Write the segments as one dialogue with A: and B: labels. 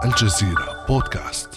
A: الجزيرة بودكاست.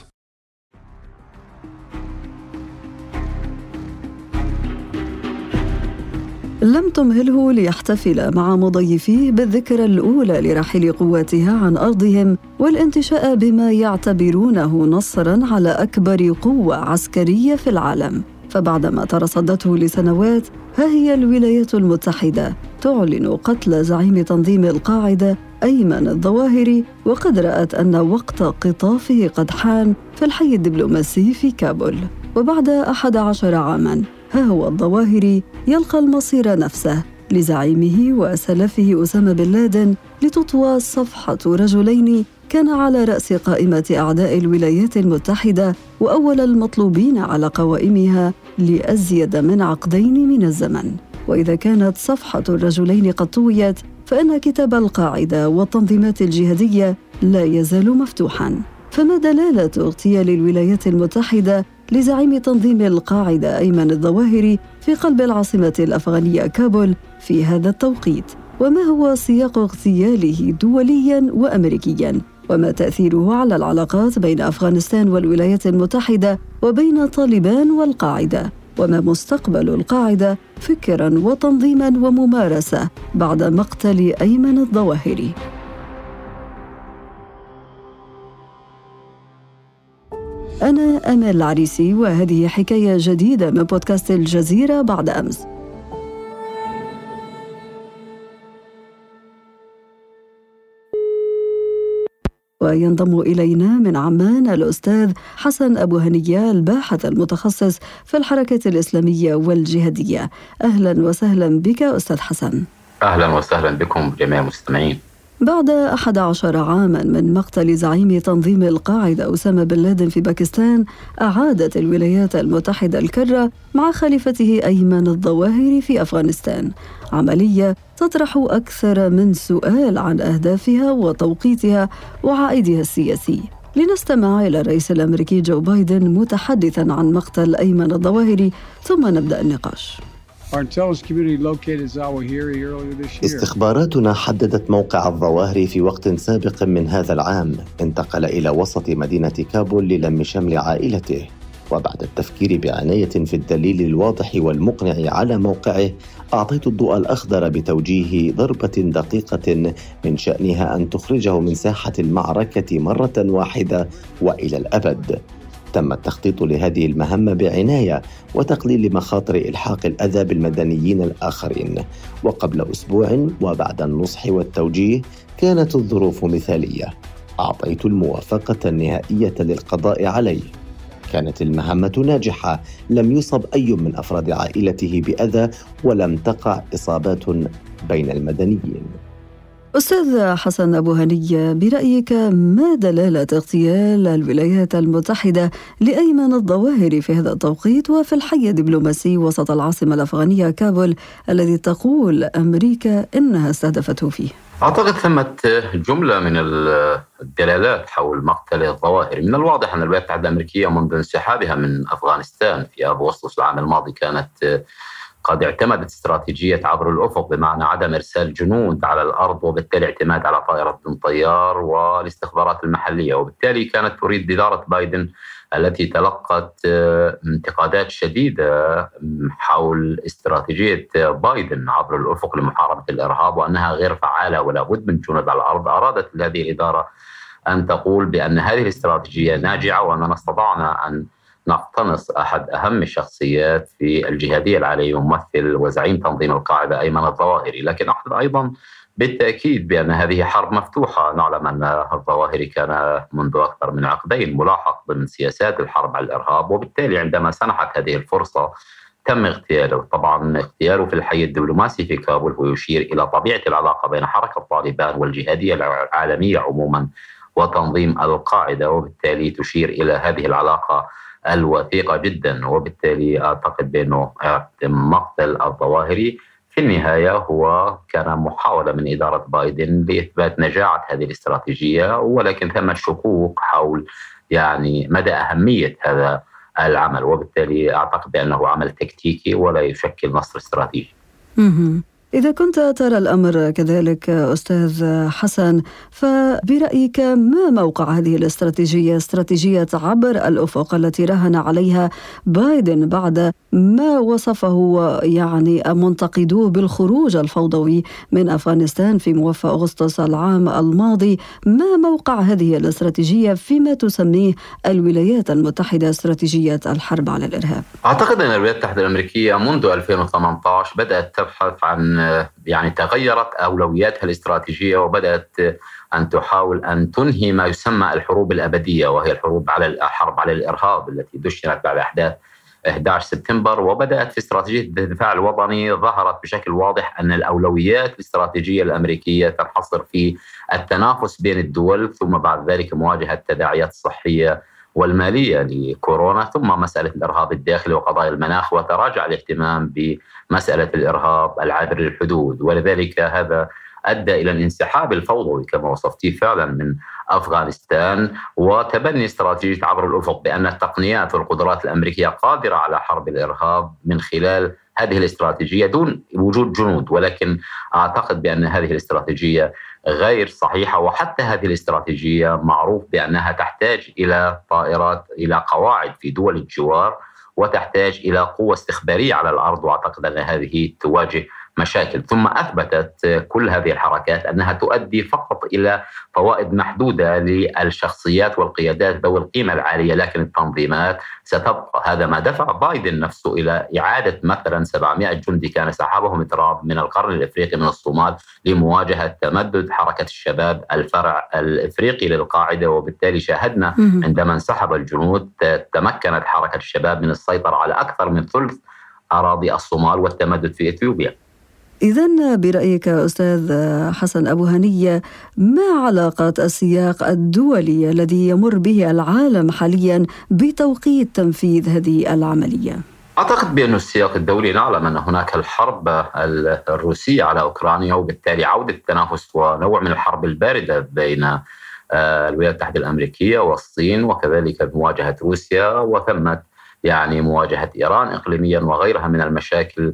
B: لم تمهله ليحتفل مع مضيفيه بالذكرى الأولى لرحيل قواتها عن أرضهم والانتشاء بما يعتبرونه نصراً على أكبر قوة عسكرية في العالم. فبعدما ترصدته لسنوات، ها هي الولايات المتحدة تعلن قتل زعيم تنظيم القاعدة أيمن الظواهري، وقد رأت أن وقت قطافه قد حان في الحي الدبلوماسي في كابول. وبعد 11 عاماً ها هو الظواهري يلقى المصير نفسه لزعيمه وسلفه أسامة بن لادن، لتطوى صفحة رجلين كان على رأس قائمة أعداء الولايات المتحدة وأول المطلوبين على قوائمها لأزيد من عقدين من الزمن. وإذا كانت صفحة الرجلين قد طويت، فإن كتاب القاعدة والتنظيمات الجهادية لا يزال مفتوحاً. فما دلالة اغتيال الولايات المتحدة لزعيم تنظيم القاعدة أيمن الظواهري في قلب العاصمة الأفغانية كابول في هذا التوقيت؟ وما هو سياق اغتياله دولياً وأمريكياً؟ وما تأثيره على العلاقات بين أفغانستان والولايات المتحدة وبين طالبان والقاعدة؟ وما مستقبل القاعدة فكراً وتنظيماً وممارسة بعد مقتل أيمن الظواهري؟ أنا أمال العريسي، وهذه حكاية جديدة من بودكاست الجزيرة بعد أمس. وينضم إلينا من عمان الأستاذ حسن أبو هنية، الباحث المتخصص في الحركة الإسلامية والجهادية. أهلا وسهلا بك أستاذ حسن.
C: أهلا وسهلا بكم جميع المستمعين.
B: بعد 11 عاماً من مقتل زعيم تنظيم القاعدة أسامة بن لادن في باكستان، أعادت الولايات المتحدة الكرة مع خليفته أيمن الظواهري في أفغانستان، عملية تطرح أكثر من سؤال عن أهدافها وتوقيتها وعائدها السياسي. لنستمع إلى الرئيس الأمريكي جو بايدن متحدثاً عن مقتل أيمن الظواهري، ثم نبدأ النقاش.
D: استخباراتنا حددت موقع الظواهري في وقت سابق من هذا العام. انتقل إلى وسط مدينة كابول للم شمل عائلته، وبعد التفكير بعناية في الدليل الواضح والمقنع على موقعه، أعطيت الضوء الأخضر بتوجيه ضربة دقيقة من شأنها أن تخرجه من ساحة المعركة مرة واحدة وإلى الأبد. تم التخطيط لهذه المهمة بعناية وتقليل مخاطر إلحاق الأذى بالمدنيين الآخرين. وقبل أسبوع وبعد النصح والتوجيه كانت الظروف مثالية. أعطيت الموافقة النهائية للقضاء عليه. كانت المهمة ناجحة، لم يصب أي من أفراد عائلته بأذى ولم تقع إصابات بين المدنيين.
B: أستاذ حسن أبو هنية، برأيك ما دلالة اغتيال الولايات المتحدة لأيمن الظواهري في هذا التوقيت وفي الحي الدبلوماسي وسط العاصمة الأفغانية كابول الذي تقول أمريكا إنها استهدفته فيه؟
C: أعتقد ثمة جملة من الدلالات حول مقتل الظواهري. من الواضح أن الولايات المتحدة الأمريكية منذ انسحابها من أفغانستان في أغسطس العام الماضي كانت قد اعتمدت استراتيجية عبر الأفق، بمعنى عدم إرسال جنود على الأرض وبالتالي اعتماد على طائرات دون طيار والاستخبارات المحلية. وبالتالي كانت تريد إدارة بايدن التي تلقت انتقادات شديدة حول استراتيجية بايدن عبر الأفق لمحاربة الإرهاب وأنها غير فعالة ولا بد من جنود على الأرض. أرادت هذه الإدارة أن تقول بأن هذه الاستراتيجية ناجعة وأننا استطعنا أن نقتنص أحد أهم الشخصيات في الجهادية العالمية، ممثل وزعيم تنظيم القاعدة أيمن الظواهري. لكن أعتقد أيضا بالتأكيد بأن هذه حرب مفتوحة. نعلم أن الظواهري كان منذ أكثر من عقدين ملاحق ضمن سياسات الحرب على الإرهاب، وبالتالي عندما سنحت هذه الفرصة تم اغتياله. طبعا اغتياله في الحي الدبلوماسي في كابول هو يشير إلى طبيعة العلاقة بين حركة طالبان والجهادية العالمية عموما وتنظيم القاعدة، وبالتالي تشير إلى هذه العلاقة الوثيقة جدا. وبالتالي أعتقد بأنه مقتل الظواهري في النهاية هو كان محاولة من إدارة بايدن لإثبات نجاعة هذه الاستراتيجية، ولكن ثم شكوك حول مدى أهمية هذا العمل، وبالتالي أعتقد بأنه عمل تكتيكي ولا يشكل نصر استراتيجي.
B: إذا كنت ترى الأمر كذلك أستاذ حسن، فبرأيك ما موقع هذه الاستراتيجية، استراتيجية عبر الأفق التي راهن عليها بايدن بعد ما وصفه يعني منتقدوه بالخروج الفوضوي من أفغانستان في موافق أغسطس العام الماضي؟ ما موقع هذه الاستراتيجية فيما تسميه الولايات المتحدة استراتيجية الحرب على الإرهاب؟
C: أعتقد أن الولايات المتحدة الأمريكية منذ 2018 بدأت تبحث عن تغيرت أولوياتها الاستراتيجية، وبدأت أن تحاول أن تنهي ما يسمى الحروب الأبدية، وهي الحرب على الإرهاب التي دشنت بعد أحداث 11 سبتمبر. وبدأت في استراتيجية الدفاع الوطني ظهرت بشكل واضح أن الأولويات الاستراتيجية الأمريكية تنحصر في التنافس بين الدول، ثم بعد ذلك مواجهة التداعيات الصحية والمالية لكورونا، ثم مسألة الإرهاب الداخلي وقضايا المناخ، وتراجع الاهتمام بمسألة الإرهاب العابر للحدود. ولذلك هذا أدى إلى الانسحاب الفوضوي كما وصفتيه فعلا من أفغانستان، وتبني استراتيجية عبر الأفق بأن التقنيات والقدرات الأمريكية قادرة على حرب الإرهاب من خلال هذه الاستراتيجية دون وجود جنود. ولكن أعتقد بأن هذه الاستراتيجية غير صحيحة، وحتى هذه الاستراتيجية معروف بأنها تحتاج إلى طائرات، إلى قواعد في دول الجوار، وتحتاج إلى قوة استخبارية على الأرض، وأعتقد أن هذه تواجه مشاكل. ثم أثبتت كل هذه الحركات أنها تؤدي فقط إلى فوائد محدودة للشخصيات والقيادات ذوي القيمة العالية، لكن التنظيمات ستبقى. هذا ما دفع بايدن نفسه إلى إعادة مثلا 700 جندي كان سحبهم ترامب من القرن الإفريقي من الصومال لمواجهة تمدد حركة الشباب الفرع الإفريقي للقاعدة. وبالتالي شاهدنا عندما انسحب الجنود تمكنت حركة الشباب من السيطرة على أكثر من ثلث أراضي الصومال والتمدد في إثيوبيا.
B: إذن برأيك أستاذ حسن أبو هنية، ما علاقة السياق الدولي الذي يمر به العالم حاليا بتوقيت تنفيذ هذه العملية؟
C: أعتقد بأن السياق الدولي، نعلم أن هناك الحرب الروسية على أوكرانيا، وبالتالي عودة التنافس ونوع من الحرب الباردة بين الولايات المتحدة الأمريكية والصين، وكذلك مواجهة روسيا، وثمت مواجهة إيران إقليميا وغيرها من المشاكل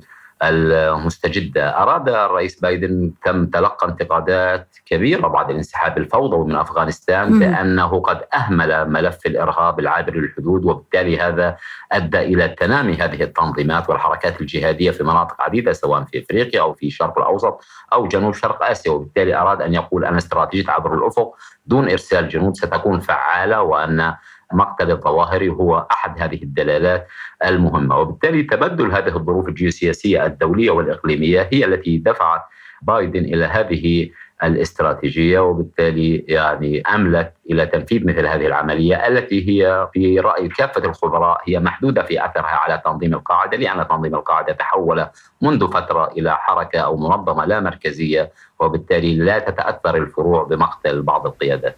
C: المستجدة. أراد الرئيس بايدن تلقى انتقادات كبيرة بعد الانسحاب الفوضوي من أفغانستان بأنه قد أهمل ملف الإرهاب العابر للحدود، وبالتالي هذا أدى إلى تنامي هذه التنظيمات والحركات الجهادية في مناطق عديدة سواء في أفريقيا أو في الشرق الأوسط أو جنوب شرق آسيا. وبالتالي أراد أن يقول أن استراتيجية عبر الأفق دون إرسال جنود ستكون فعالة، وأن مقتل الظواهري هو أحد هذه الدلالات المهمة. وبالتالي تبدل هذه الظروف الجيوسياسية الدولية والإقليمية هي التي دفعت بايدن إلى هذه الاستراتيجية، وبالتالي أملت إلى تنفيذ مثل هذه العملية التي هي في رأي كافة الخبراء هي محدودة في أثرها على تنظيم القاعدة، لأن تنظيم القاعدة تحول منذ فترة إلى حركة أو منظمة لا مركزية، وبالتالي لا تتأثر الفروع بمقتل بعض القيادات.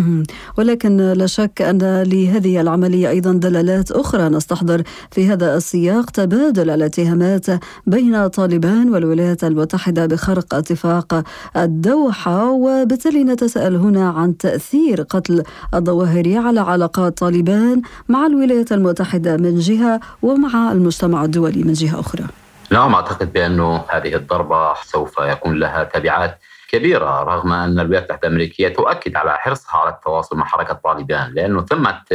B: ولكن لا شك أن لهذه العملية أيضا دلالات أخرى. نستحضر في هذا السياق تبادل الاتهامات بين طالبان والولايات المتحدة بخرق اتفاق الدوحة، وبالتالي نتساءل هنا عن تأثير قتل الظواهري على علاقات طالبان مع الولايات المتحدة من جهة ومع المجتمع الدولي من جهة أخرى.
C: نعم، أعتقد بأن هذه الضربة سوف يكون لها تبعات كبيرة، رغم أن الولايات المتحدة الأمريكية تؤكد على حرصها على التواصل مع حركة طالبان، لأنه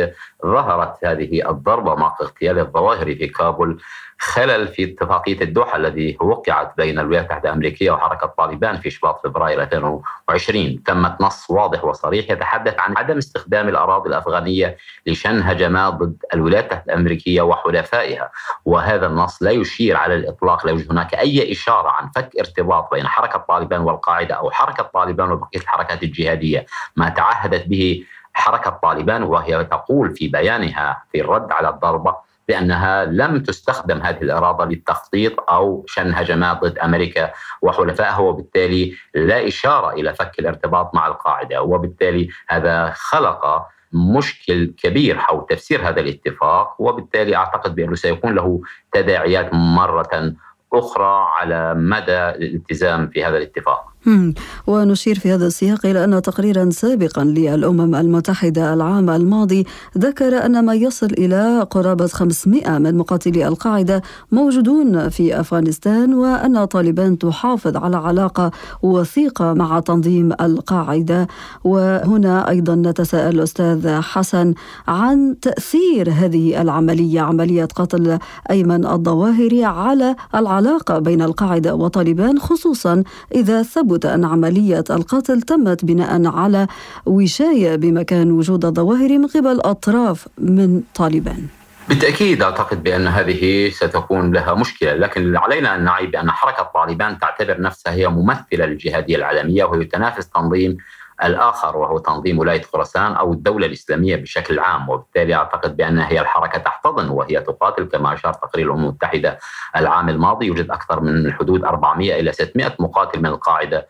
C: ظهرت هذه الضربة مع اغتيال الظواهري في كابول خلل في اتفاقية الدوحة الذي وقعت بين الولايات المتحدة الأمريكية وحركة طالبان في شباط فبراير 2020. تمت نص واضح وصريح يتحدث عن عدم استخدام الأراضي الأفغانية لشن هجمات ضد الولايات المتحدة الأمريكية وحلفائها، وهذا النص لا يشير على الإطلاق، لا يوجد هناك أي إشارة عن فك ارتباط بين حركة طالبان والقاعدة أو حركة طالبان وبقية الحركات الجهادية. ما تعهدت به حركة طالبان وهي تقول في بيانها في الرد على الضربة بأنها لم تستخدم هذه الإرادة للتخطيط أو شن هجمات ضد أمريكا وحلفائها، وبالتالي لا إشارة إلى فك الارتباط مع القاعدة. وبالتالي هذا خلق مشكل كبير حول تفسير هذا الاتفاق، وبالتالي أعتقد بأنه سيكون له تداعيات مرة أخرى على مدى الالتزام في هذا الاتفاق.
B: ونشير في هذا السياق إلى أن تقريرا سابقا للأمم المتحدة العام الماضي ذكر أن ما يصل إلى قرابة 500 من مقاتلي القاعدة موجودون في أفغانستان، وأن طالبان تحافظ على علاقة وثيقة مع تنظيم القاعدة. وهنا أيضا نتساءل أستاذ حسن عن تأثير هذه العملية، عملية قتل أيمن الظواهري، على العلاقة بين القاعدة وطالبان، خصوصا إذا ثبت أن عملية القتل تمت بناء على وشاية بمكان وجود الظواهري من قبل أطراف من طالبان.
C: بالتأكيد أعتقد بأن هذه ستكون لها مشكلة، لكن علينا أن نعي بأن حركة طالبان تعتبر نفسها هي ممثلة للجهادية العالمية، وهي تنافس تنظيم الآخر وهو تنظيم ولاية خراسان أو الدولة الإسلامية بشكل عام. وبالتالي أعتقد بأن هي الحركة تحتضن وهي تقاتل، كما أشار تقرير الأمم المتحدة العام الماضي يوجد أكثر من حدود 400 إلى 600 مقاتل من القاعدة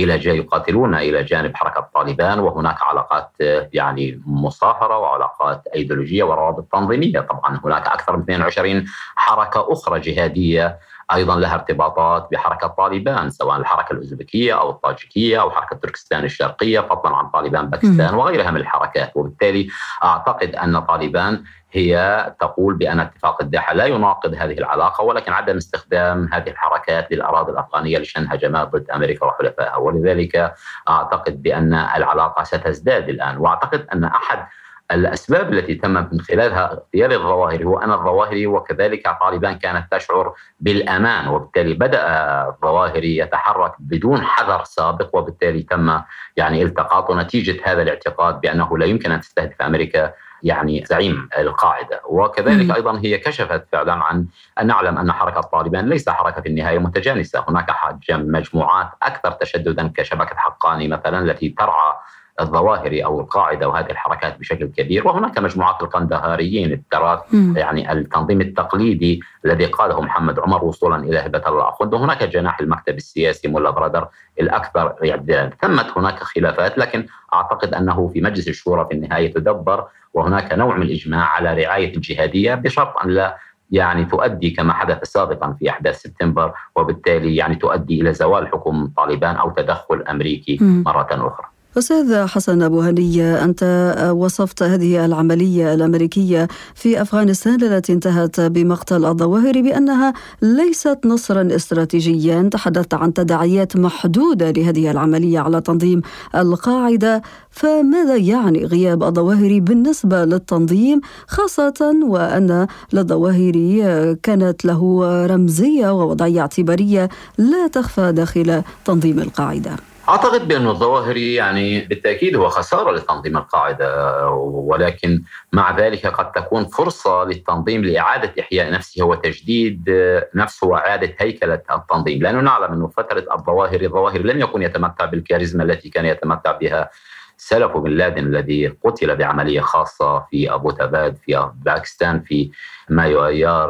C: يقاتلون إلى جانب حركة طالبان، وهناك علاقات يعني مصاهرة وعلاقات أيديولوجية وروابط تنظيمية. طبعا هناك أكثر من 22 حركة أخرى جهادية أيضا لها ارتباطات بحركة طالبان، سواء الحركة الأوزبكية أو الطاجيكية أو حركة تركستان الشرقية، فضلا عن طالبان باكستان وغيرها من الحركات. وبالتالي أعتقد أن طالبان هي تقول بأن اتفاق الداحة لا يناقض هذه العلاقة، ولكن عدم استخدام هذه الحركات للأراضي الأفغانية لشن هجمات ضد أمريكا وحلفائها. ولذلك أعتقد بأن العلاقة ستزداد الآن. وأعتقد أن أحد الأسباب التي تم من خلالها اغتيال الظواهري هو أن الظواهري وكذلك طالبان كانت تشعر بالأمان، وبالتالي بدأ الظواهري يتحرك بدون حذر سابق، وبالتالي تم التقاطه نتيجة هذا الاعتقاد بأنه لا يمكن أن تستهدف أمريكا زعيم القاعدة. وكذلك أيضا هي كشفت فعلا عن أن نعلم أن حركة طالبان ليس حركة في النهاية متجانسة. هناك مجموعات أكثر تشددا كشبكة حقاني مثلا التي ترعى الظواهري أو القاعدة وهذه الحركات بشكل كبير، وهناك مجموعات القندهاريين التراث التنظيم التقليدي الذي قاده محمد عمر وصولا إلى هبة الله أخوند، وهناك جناح المكتب السياسي مولا برادر الأكثر. ثمت هناك خلافات، لكن أعتقد أنه في مجلس الشورى في النهاية تدبر، وهناك نوع من الإجماع على رعاية الجهادية بشرط أن لا تؤدي كما حدث سابقا في أحداث سبتمبر، وبالتالي تؤدي إلى زوال حكم طالبان أو تدخل أمريكي مرة أخرى.
B: أستاذ حسن أبو هنية، أنت وصفت هذه العملية الأمريكية في أفغانستان التي انتهت بمقتل الظواهري بأنها ليست نصرا استراتيجيا، تحدثت عن تداعيات محدودة لهذه العملية على تنظيم القاعدة، فماذا يعني غياب الظواهري بالنسبة للتنظيم، خاصة وأن للظواهري كانت له رمزية ووضعية اعتبارية لا تخفى داخل تنظيم القاعدة؟
C: أعتقد بأن الظواهري بالتأكيد هو خسارة لتنظيم القاعدة، ولكن مع ذلك قد تكون فرصة للتنظيم لإعادة إحياء نفسه وتجديد نفسه وإعادة هيكلة التنظيم، لأنه نعلم أنه فترة الظواهري لم يكن يتمتع بالكاريزما التي كان يتمتع بها سلف بن لادن الذي قتل بعملية خاصة في أبو تباد في باكستان في مايو أيار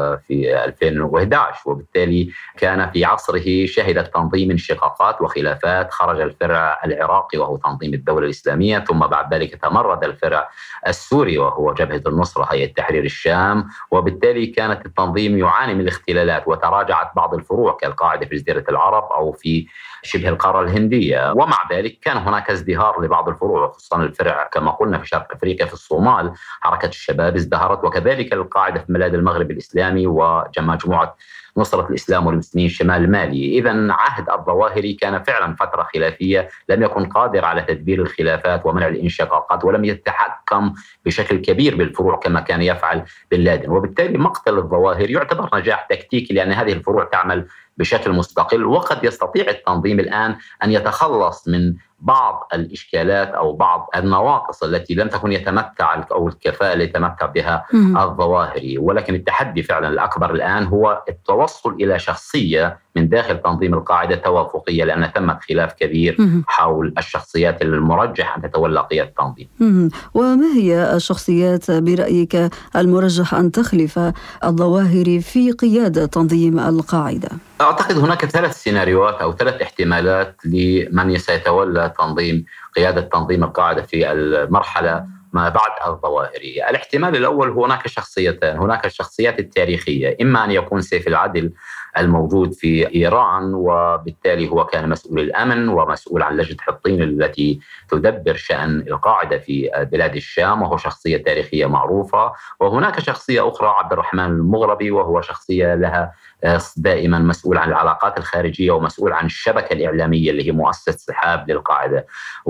C: في 2011. وبالتالي كان في عصره شهد التنظيم انشقاقات وخلافات، خرج الفرع العراقي وهو تنظيم الدولة الإسلامية، ثم بعد ذلك تمرد الفرع السوري وهو جبهة النصرة هيئة تحرير الشام، وبالتالي كانت التنظيم يعاني من الاختلالات، وتراجعت بعض الفروع كالقاعدة في جزيرة العرب أو في شبه القارة الهندية. ومع ذلك كان هناك ازدهار لبعض الفروع، خصوصا الفرع كما قلنا في شرق أفريقيا في الصومال حركة الشباب ازدهرت، وكذلك القاعدة في بلاد المغرب الإسلامي ومجموعة نصرة الإسلام والمسلمين شمال مالي. إذن عهد الظواهري كان فعلا فترة خلافية، لم يكن قادر على تدبير الخلافات ومنع الانشقاقات، ولم يتحكم بشكل كبير بالفروع كما كان يفعل بن لادن. وبالتالي مقتل الظواهري يعتبر نجاح تكتيكي، لأن هذه الفروع تعمل بشكل مستقل، وقد يستطيع التنظيم الآن أن يتخلص من بعض الإشكالات أو بعض النواقص التي لم تكن يتمتع أو الكفاءة اللي يتمتع بها الظواهري. ولكن التحدي فعلا الأكبر الآن هو التوصل إلى شخصية من داخل تنظيم القاعدة توافقية، لأن تمت خلاف كبير حول الشخصيات المرجح أن تتولى قيادة التنظيم.
B: وما هي الشخصيات برأيك المرجح أن تخلف الظواهري في قيادة تنظيم القاعدة؟
C: أعتقد هناك 3 سيناريوهات أو 3 احتمالات لمن سيتولى قيادة تنظيم القاعدة في المرحلة ما بعد الظواهري. الاحتمال الأول هناك شخصيتان، هناك الشخصيات التاريخية، إما أن يكون سيف العدل الموجود في إيران، وبالتالي هو كان مسؤول الأمن ومسؤول عن لجنة حطين التي تدبر شأن القاعدة في بلاد الشام، وهو شخصية تاريخية معروفة. وهناك شخصية أخرى عبد الرحمن المغربي، وهو شخصية لها دائما مسؤول عن العلاقات الخارجية ومسؤول عن الشبكة الإعلامية اللي هي مؤسسة سحاب للقاعدة.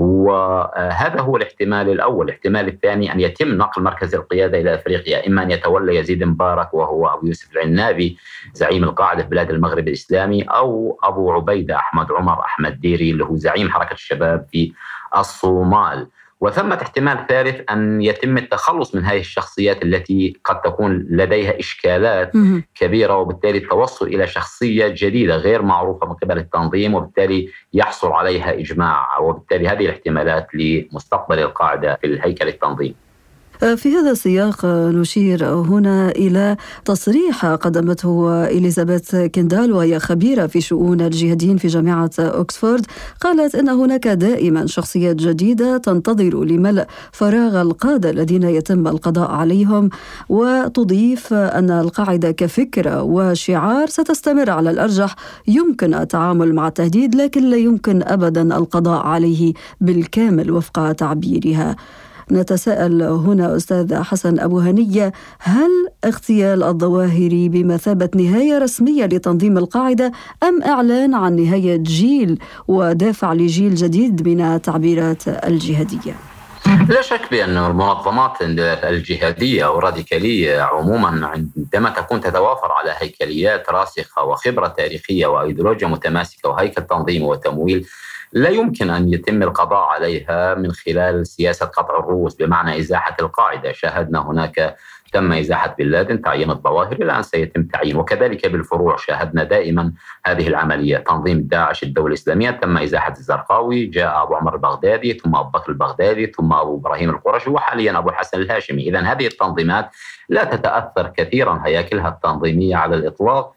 C: وهذا هو الاحتمال الأول. الاحتمال الثاني أن يتم نقل مركز القيادة إلى أفريقيا، إما أن يتولى يزيد مبارك وهو أبو يوسف العنابي زعيم القاعدة في بلاد المغرب الإسلامي، أو أبو عبيدة أحمد عمر أحمد ديري اللي هو زعيم حركة الشباب في الصومال. وثمة احتمال ثالث أن يتم التخلص من هذه الشخصيات التي قد تكون لديها إشكالات كبيرة، وبالتالي التوصل إلى شخصية جديدة غير معروفة من قبل التنظيم، وبالتالي يحصل عليها إجماع. وبالتالي هذه الاحتمالات لمستقبل القاعدة في الهيكل التنظيمي.
B: في هذا السياق نشير هنا إلى تصريح قدمته إليزابيث كيندال، وهي خبيرة في شؤون الجهاديين في جامعة أوكسفورد. قالت إن هناك دائما شخصيات جديدة تنتظر لملء فراغ القادة الذين يتم القضاء عليهم، وتضيف أن القاعدة كفكرة وشعار ستستمر على الأرجح. يمكن التعامل مع التهديد لكن لا يمكن أبدا القضاء عليه بالكامل وفق تعبيرها. نتساءل هنا أستاذ حسن أبو هنية، هل اغتيال الظواهري بمثابة نهاية رسمية لتنظيم القاعدة أم إعلان عن نهاية جيل ودافع لجيل جديد من التعبيرات الجهادية؟
C: لا شك بأن المنظمات الجهادية أو الراديكالية عموما عندما تكون تتوافر على هيكليات راسخة وخبرة تاريخية وأيديولوجيا متماسكة وهيكل تنظيمي وتمويل، لا يمكن أن يتم القضاء عليها من خلال سياسة قطع الرؤوس بمعنى إزاحة القاعدة. شاهدنا هناك تم إزاحة بن لادن، تعيين الظواهري، الآن سيتم تعيين، وكذلك بالفروع شاهدنا دائما هذه العملية. تنظيم داعش الدولة الإسلامية تم إزاحة الزرقاوي، جاء أبو عمر البغدادي، ثم أبو بكر البغدادي، ثم أبو إبراهيم القرشي، وحاليا أبو الحسن الهاشمي. إذن هذه التنظيمات لا تتأثر كثيرا هياكلها التنظيمية على الإطلاق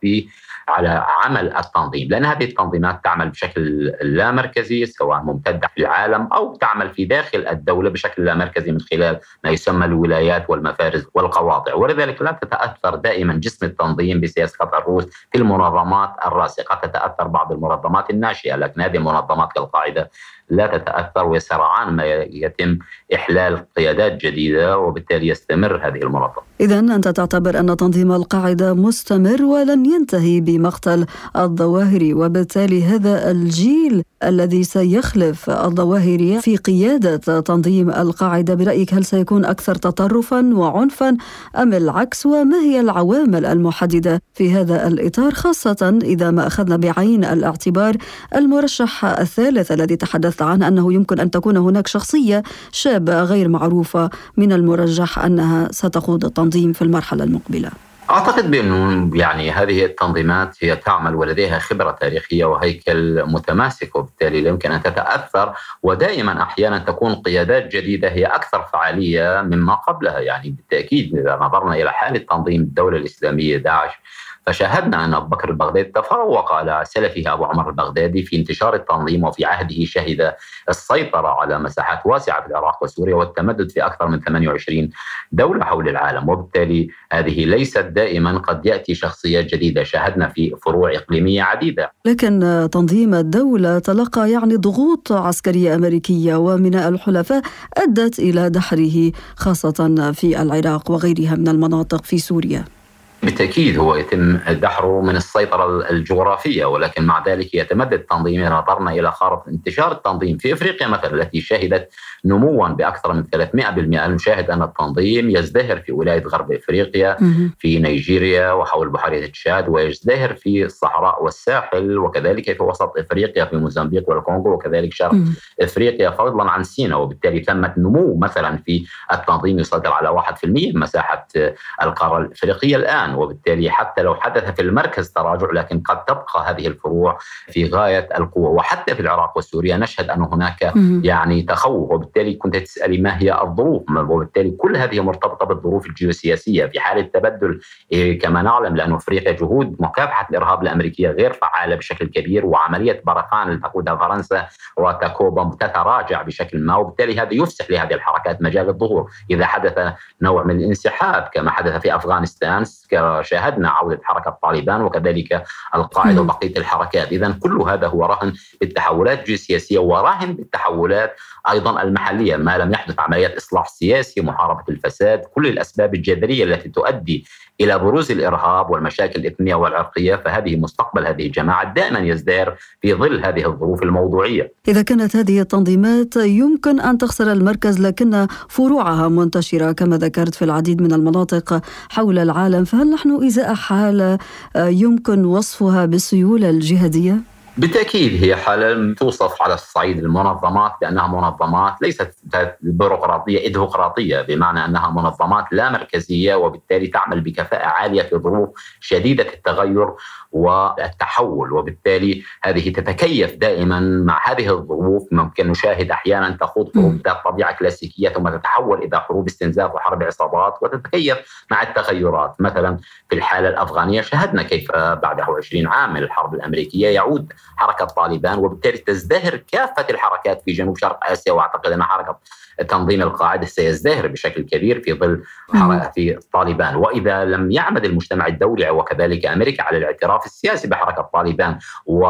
C: على عمل التنظيم، لأن هذه التنظيمات تعمل بشكل لا مركزي سواء ممتدة في العالم أو تعمل في داخل الدولة بشكل لا مركزي من خلال ما يسمى الولايات والمفارز والقواطع، ولذلك لا تتأثر دائما جسم التنظيم بسياسة قطع الرؤوس في المنظمات الراسخة. تتأثر بعض المنظمات الناشئة، لكن هذه المنظمات كالقاعدة لا تتأثر، وسرعان ما يتم إحلال قيادات جديدة وبالتالي يستمر هذه المنظمة.
B: إذن أنت تعتبر أن تنظيم القاعدة مستمر ولن ينتهي بمقتل الظواهري، وبالتالي هذا الجيل الذي سيخلف الظواهري في قيادة تنظيم القاعدة برأيك هل سيكون أكثر تطرفا وعنفا أم العكس؟ وما هي العوامل المحددة في هذا الإطار، خاصة إذا ما أخذنا بعين الاعتبار المرشح الثالث الذي تحدث عنه أنه يمكن أن تكون هناك شخصية شابة غير معروفة من المرجح أنها ستقود التنظيم في المرحلة المقبلة؟
C: أعتقد بأنه هذه التنظيمات هي تعمل ولديها خبرة تاريخية وهيكل متماسك، وبالتالي لا يمكن أن تتأثر، ودائما أحيانا تكون قيادات جديدة هي أكثر فعالية مما قبلها. يعني بالتأكيد إذا نظرنا إلى حالة تنظيم الدولة الإسلامية داعش، فشاهدنا أن أبو بكر البغدادي تفوق على سلفه أبو عمر البغدادي في انتشار التنظيم، وفي عهده شهد السيطرة على مساحات واسعة في العراق وسوريا والتمدد في أكثر من 28 دولة حول العالم. وبالتالي هذه ليست دائما قد يأتي شخصيات جديدة، شاهدنا في فروع إقليمية عديدة.
B: لكن تنظيم الدولة تلقى ضغوط عسكرية أمريكية ومن الحلفاء أدت إلى دحره، خاصة في العراق وغيرها من المناطق في سوريا.
C: بالتأكيد هو يتم دحره من السيطرة الجغرافية، ولكن مع ذلك يتمدد التنظيم. نظرنا إلى خارطة انتشار التنظيم في إفريقيا مثلا التي شهدت نموا بأكثر من 300%. نشاهد أن التنظيم يزدهر في ولاية غرب إفريقيا، في نيجيريا وحول بحيرة تشاد، ويزدهر في الصحراء والساحل، وكذلك في وسط إفريقيا في موزمبيق والكونغو، وكذلك شرق إفريقيا فضلا عن سيناء. وبالتالي ثمة نمو مثلا في التنظيم يصدر على 1% من مساحة القارة الإفريقية الآن. وبالتالي حتى لو حدث في المركز تراجع، لكن قد تبقى هذه الفروع في غاية القوة. وحتى في العراق وسوريا نشهد أن هناك تخوف، وبالتالي كنت تسألي ما هي الظروف، وبالتالي كل هذه مرتبطة بالظروف الجيوسياسية. في حالة تبدل كما نعلم، لأن أفريقيا جهود مكافحة الإرهاب الأمريكية غير فعالة بشكل كبير، وعملية بركان التي تقودها فرنسا وتاكوبا تتراجع بشكل ما، وبالتالي هذا يفسح لهذه الحركات مجال الظهور. إذا حدث نوع من الانسحاب كما حدث في أفغانستان شاهدنا عودة حركة طالبان وكذلك القاعدة وبقية الحركات. إذن كل هذا هو راهن بالتحولات الجيوسياسية وراهن بالتحولات أيضا المحلية. ما لم يحدث عمليات إصلاح سياسي، محاربة الفساد، كل الأسباب الجذرية التي تؤدي إلى بروز الإرهاب والمشاكل الإثنية والعرقية، فهذه مستقبل هذه الجماعة دائما يزدهر في ظل هذه الظروف الموضوعية.
B: إذا كانت هذه التنظيمات يمكن أن تخسر المركز لكن فروعها منتشرة كما ذكرت في العديد من المناطق حول العالم، فهل نحن إزاء حالة يمكن وصفها بالسيولة الجهادية؟
C: بالتأكيد هي حالة توصف على الصعيد المنظمات بأنها منظمات ليست بيروقراطية إدهوقراطية، بمعنى أنها منظمات لا مركزية وبالتالي تعمل بكفاءة عالية في ظروف شديدة التغير والتحول، وبالتالي هذه تتكيف دائما مع هذه الظروف. ممكن نشاهد أحيانا تخوض حروب ذات طبيعة كلاسيكية ثم تتحول إلى حروب استنزاف وحرب عصابات وتتكيف مع التغيرات. مثلا في الحالة الأفغانية شاهدنا كيف بعد 20 عام من الحرب الأمريكية يعود حركة طالبان وبالتالي تزدهر كافة الحركات في جنوب شرق آسيا، وأعتقد أن حركة تنظيم القاعدة سيزدهر بشكل كبير في ظل حركة طالبان. وإذا لم يعمد المجتمع الدولي وكذلك أمريكا على الاعتراف السياسي بحركة طالبان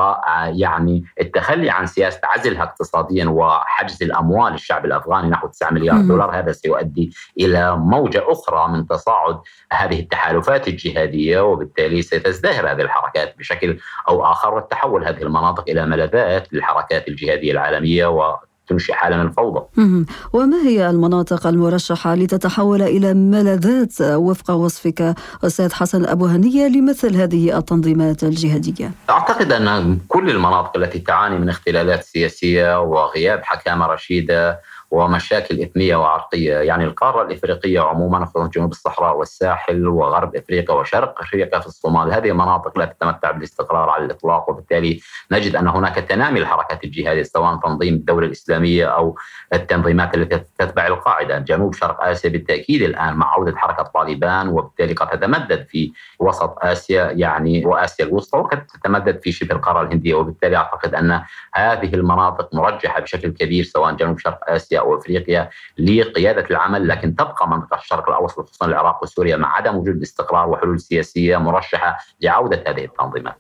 C: ويعني التخلي عن سياسة عزلها اقتصاديا وحجز الأموال الشعب الأفغاني نحو 9 مليار دولار، هذا سيؤدي إلى موجة أخرى من تصاعد هذه التحالفات الجهادية، وبالتالي ستزدهر هذه الحركات بشكل أو آخر وتحول هذه المناطق إلى ملاذات للحركات الجهادية العالمية وتنشئ حالة من الفوضى.
B: وما هي المناطق المرشحة لتتحول إلى ملاذات وفق وصفك أستاذ حسن أبو هنية لمثل هذه التنظيمات الجهادية؟
C: أعتقد أن كل المناطق التي تعاني من اختلالات سياسية وغياب حكامة رشيدة ومشاكل إثنية وعرقية، يعني القارة الإفريقية عموما خصوصا جنوب الصحراء والساحل وغرب إفريقيا وشرق أفريقيا في الصومال، هذه مناطق لا تتمتع بالاستقرار على الإطلاق، وبالتالي نجد أن هناك تنامي الحركات الجهادية سواء تنظيم الدولة الإسلامية أو التنظيمات التي تتبع القاعدة. جنوب شرق آسيا بالتأكيد الآن مع عودة حركة طالبان وبالتالي قد تتمدد في وسط آسيا يعني وآسيا الوسطى وقد تتمدد في شبه القارة الهندية، وبالتالي أعتقد أن هذه المناطق مرجحة بشكل كبير سواء جنوب شرق آسيا أو أفريقيا لقيادة العمل، لكن تبقى منطقة الشرق الأوسط خصوصا العراق وسوريا مع عدم وجود الاستقرار وحلول سياسية مرشحة لعودة هذه التنظيمات.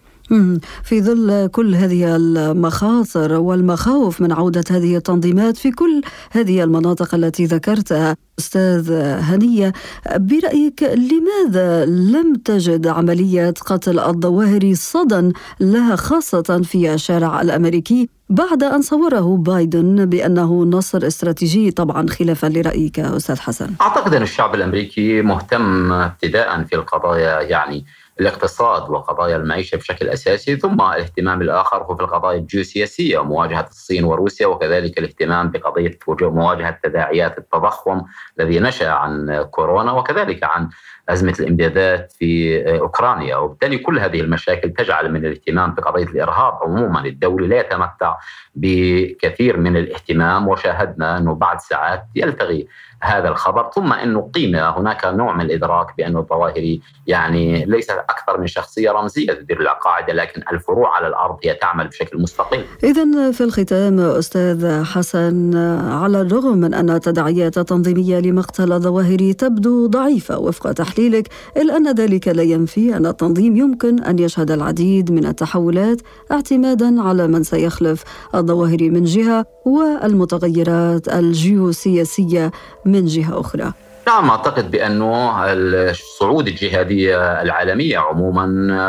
B: في ظل كل هذه المخاطر والمخاوف من عودة هذه التنظيمات في كل هذه المناطق التي ذكرتها أستاذ هنية، برأيك لماذا لم تجد عملية قتل الظواهري صدى لها خاصة في الشارع الأمريكي بعد أن صوره بايدن بأنه نصر استراتيجي، طبعا خلافا لرأيك أستاذ حسن؟
C: أعتقد أن الشعب الأمريكي مهتم ابتداء في القضايا يعني الاقتصاد وقضايا المعيشة بشكل أساسي، ثم الاهتمام الآخر هو في القضايا الجيوسياسية مواجهة الصين وروسيا، وكذلك الاهتمام بقضية مواجهة تداعيات التضخم الذي نشأ عن كورونا وكذلك عن أزمة الإمدادات في أوكرانيا. وبالتالي كل هذه المشاكل تجعل من الاهتمام بقضية الإرهاب عموما الدولي لا يتمتع بكثير من الاهتمام، وشاهدنا أنه بعد ساعات يلتغي هذا الخبر، ثم أنه قيمة هناك نوع من الإدراك بأنه الظواهري يعني ليس أكثر من شخصية رمزية تدير القاعدة، لكن الفروع على الأرض هي تعمل بشكل مستقل.
B: إذن في الختام أستاذ حسن، على الرغم من أن التداعيات التنظيمية لمقتل الظواهري تبدو ضعيفة وفق تحليلك، إلا أن ذلك لا ينفي أن التنظيم يمكن أن يشهد العديد من التحولات اعتمادا على من سيخلف الظواهري من جهة والمتغيرات الجيوسياسية من جهة أخرى.
C: نعم، أعتقد بأنه الصعود الجهادية العالمية عموما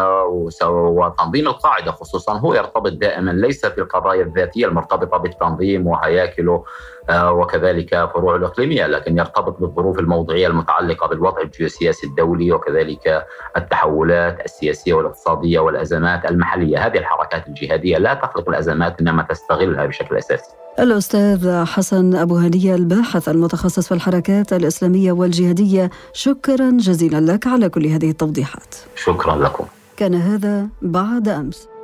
C: وتنظيم القاعدة خصوصا هو يرتبط دائما ليس في القضايا الذاتية المرتبطة بالتنظيم وهياكله وكذلك فروعه الإقليمية، لكن يرتبط بالظروف الموضوعية المتعلقة بالوضع الجيوسياسي الدولي وكذلك التحولات السياسية والاقتصادية والأزمات المحلية. هذه الحركات الجهادية لا تخلق الأزمات إنما تستغلها بشكل أساسي.
B: الأستاذ حسن أبو هنية الباحث المتخصص في الحركات الإسلامية والجهادية، شكرا جزيلا لك على كل هذه التوضيحات.
C: شكرا لكم.
B: كان هذا بعد أمس.